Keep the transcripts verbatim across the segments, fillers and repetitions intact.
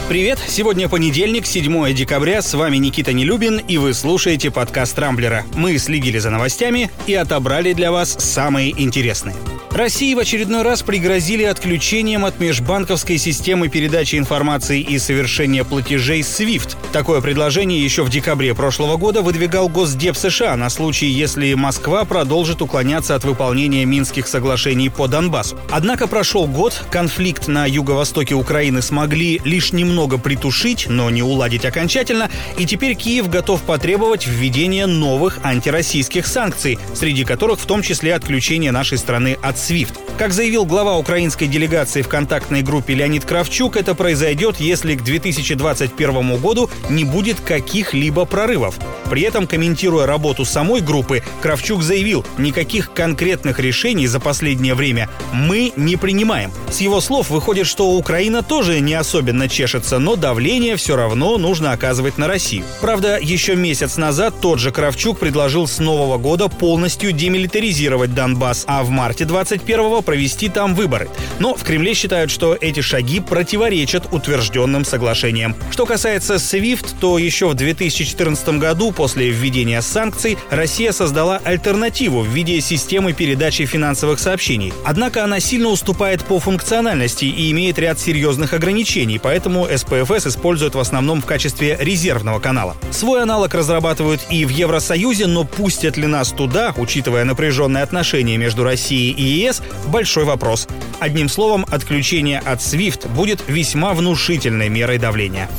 Привет! Сегодня понедельник, седьмое декабря, с вами Никита Нелюбин, и вы слушаете подкаст «Рамблера». Мы следили за новостями и отобрали для вас самые интересные. России в очередной раз пригрозили отключением от межбанковской системы передачи информации и совершения платежей свифт. Такое предложение еще в декабре прошлого года выдвигал Госдеп США на случай, если Москва продолжит уклоняться от выполнения Минских соглашений по Донбассу. Однако прошел год, конфликт на юго-востоке Украины смогли лишь немного притушить, но не уладить окончательно, и теперь Киев готов потребовать введения новых антироссийских санкций, среди которых в том числе отключение нашей страны от свифт. Как заявил глава украинской делегации в контактной группе Леонид Кравчук, это произойдет, если к две тысячи двадцать первому году не будет каких-либо прорывов. При этом, комментируя работу самой группы, Кравчук заявил, никаких конкретных решений за последнее время мы не принимаем. С его слов выходит, что Украина тоже не особенно чешется, но давление все равно нужно оказывать на Россию. Правда, еще месяц назад тот же Кравчук предложил с нового года полностью демилитаризировать Донбасс, а в марте двадцать первого провести там выборы. Но в Кремле считают, что эти шаги противоречат утвержденным соглашениям. Что касается свифт, то еще в две тысячи четырнадцатом году, после введения санкций, Россия создала альтернативу в виде системы передачи финансовых сообщений. Однако она сильно уступает по функциональности и имеет ряд серьезных ограничений, поэтому эс пэ эф эс используют в основном в качестве резервного канала. Свой аналог разрабатывают и в Евросоюзе, но пустят ли нас туда, учитывая напряженные отношения между Россией и е эс, большой вопрос. Одним словом, отключение от свифт будет весьма внушительной мерой давления.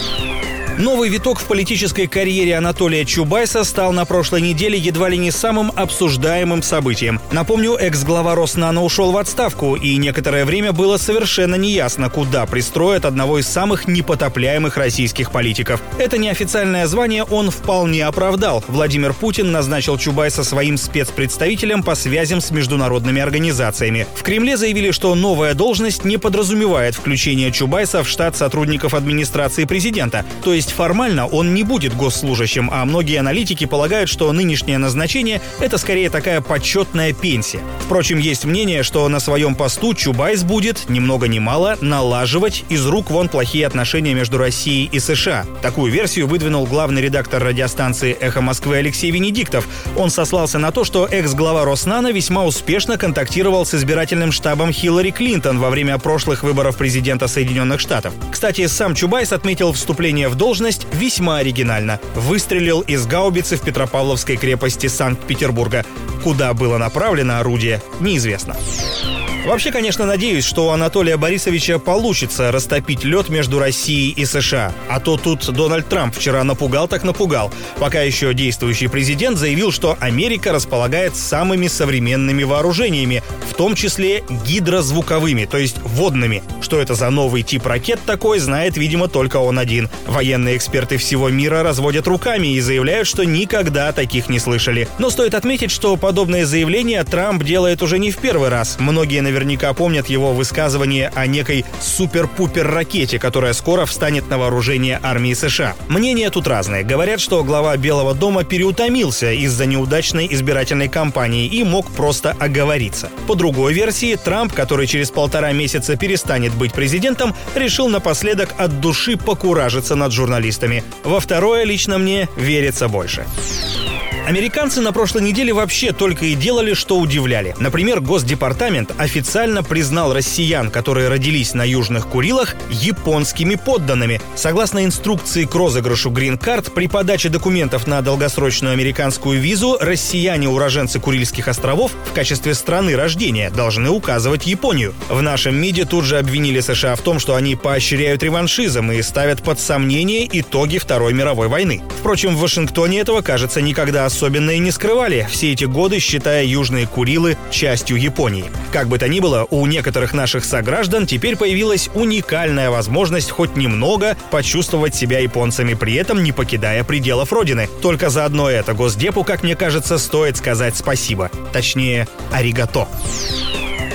Новый виток в политической карьере Анатолия Чубайса стал на прошлой неделе едва ли не самым обсуждаемым событием. Напомню, экс-глава Роснано ушел в отставку, и некоторое время было совершенно неясно, куда пристроят одного из самых непотопляемых российских политиков. Это неофициальное звание он вполне оправдал. Владимир Путин назначил Чубайса своим спецпредставителем по связям с международными организациями. В Кремле заявили, что новая должность не подразумевает включение Чубайса в штат сотрудников администрации президента, то есть формально он не будет госслужащим, а многие аналитики полагают, что нынешнее назначение – это скорее такая почетная пенсия. Впрочем, есть мнение, что на своем посту Чубайс будет, ни много ни мало, налаживать из рук вон плохие отношения между Россией и США. Такую версию выдвинул главный редактор радиостанции «Эхо Москвы» Алексей Венедиктов. Он сослался на то, что экс-глава Роснано весьма успешно контактировал с избирательным штабом Хиллари Клинтон во время прошлых выборов президента Соединенных Штатов. Кстати, сам Чубайс отметил вступление в должность весьма оригинально. Выстрелил из гаубицы в Петропавловской крепости Санкт-Петербурга. Куда было направлено орудие, неизвестно. Вообще, конечно, надеюсь, что у Анатолия Борисовича получится растопить лед между Россией и США. А то тут Дональд Трамп вчера напугал так напугал. Пока еще действующий президент заявил, что Америка располагает самыми современными вооружениями, в том числе гидрозвуковыми, то есть водными. Что это за новый тип ракет такой, знает, видимо, только он один. Военные эксперты всего мира разводят руками и заявляют, что никогда таких не слышали. Но стоит отметить, что подобные заявления Трамп делает уже не в первый раз. Многие наверняка Наверняка помнят его высказывание о некой супер-пупер-ракете, которая скоро встанет на вооружение армии США. Мнения тут разные. Говорят, что глава Белого дома переутомился из-за неудачной избирательной кампании и мог просто оговориться. По другой версии, Трамп, который через полтора месяца перестанет быть президентом, решил напоследок от души покуражиться над журналистами. Во второе лично мне верится больше. Американцы на прошлой неделе вообще только и делали, что удивляли. Например, Госдепартамент официально признал россиян, которые родились на Южных Курилах, японскими подданными. Согласно инструкции к розыгрышу грин-карт, при подаче документов на долгосрочную американскую визу россияне-уроженцы Курильских островов в качестве страны рождения должны указывать Японию. В нашем МИДе тут же обвинили США в том, что они поощряют реваншизм и ставят под сомнение итоги Второй мировой войны. Впрочем, в Вашингтоне этого, кажется, никогда особо Особенно и не скрывали, все эти годы считая Южные Курилы частью Японии. Как бы то ни было, у некоторых наших сограждан теперь появилась уникальная возможность хоть немного почувствовать себя японцами, при этом не покидая пределов родины. Только за одно это Госдепу, как мне кажется, стоит сказать спасибо. Точнее, аригато.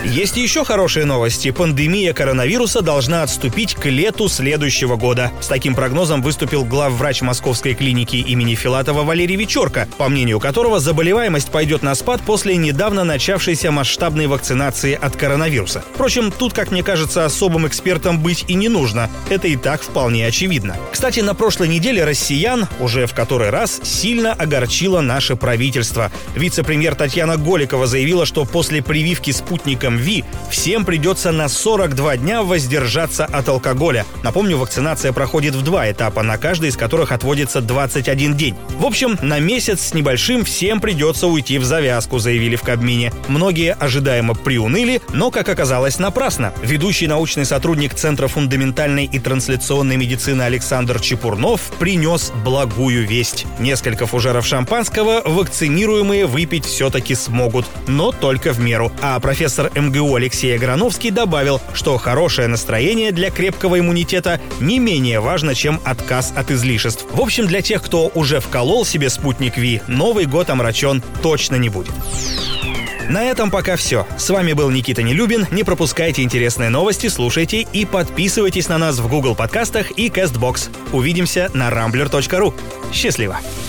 Есть еще хорошие новости. Пандемия коронавируса должна отступить к лету следующего года. С таким прогнозом выступил главврач Московской клиники имени Филатова Валерий Вечорко, по мнению которого заболеваемость пойдет на спад после недавно начавшейся масштабной вакцинации от коронавируса. Впрочем, тут, как мне кажется, особым экспертом быть и не нужно. Это и так вполне очевидно. Кстати, на прошлой неделе россиян уже в который раз сильно огорчило наше правительство. Вице-премьер Татьяна Голикова заявила, что после прививки спутником Ви всем придется на сорок два дня воздержаться от алкоголя. Напомню, вакцинация проходит в два этапа, на каждый из которых отводится двадцать один день. В общем, на месяц с небольшим всем придется уйти в завязку, заявили в Кабмине. Многие ожидаемо приуныли, но, как оказалось, напрасно. Ведущий научный сотрудник Центра фундаментальной и трансляционной медицины Александр Чепурнов принес благую весть. Несколько фужеров шампанского вакцинируемые выпить все-таки смогут, но только в меру. А профессор эм гэ у Алексей Аграновский добавил, что хорошее настроение для крепкого иммунитета не менее важно, чем отказ от излишеств. В общем, для тех, кто уже вколол себе спутник Ви, Новый год омрачен точно не будет. На этом пока все. С вами был Никита Нелюбин. Не пропускайте интересные новости, слушайте и подписывайтесь на нас в Google подкастах и Castbox. Увидимся на рамблер точка ру. Счастливо!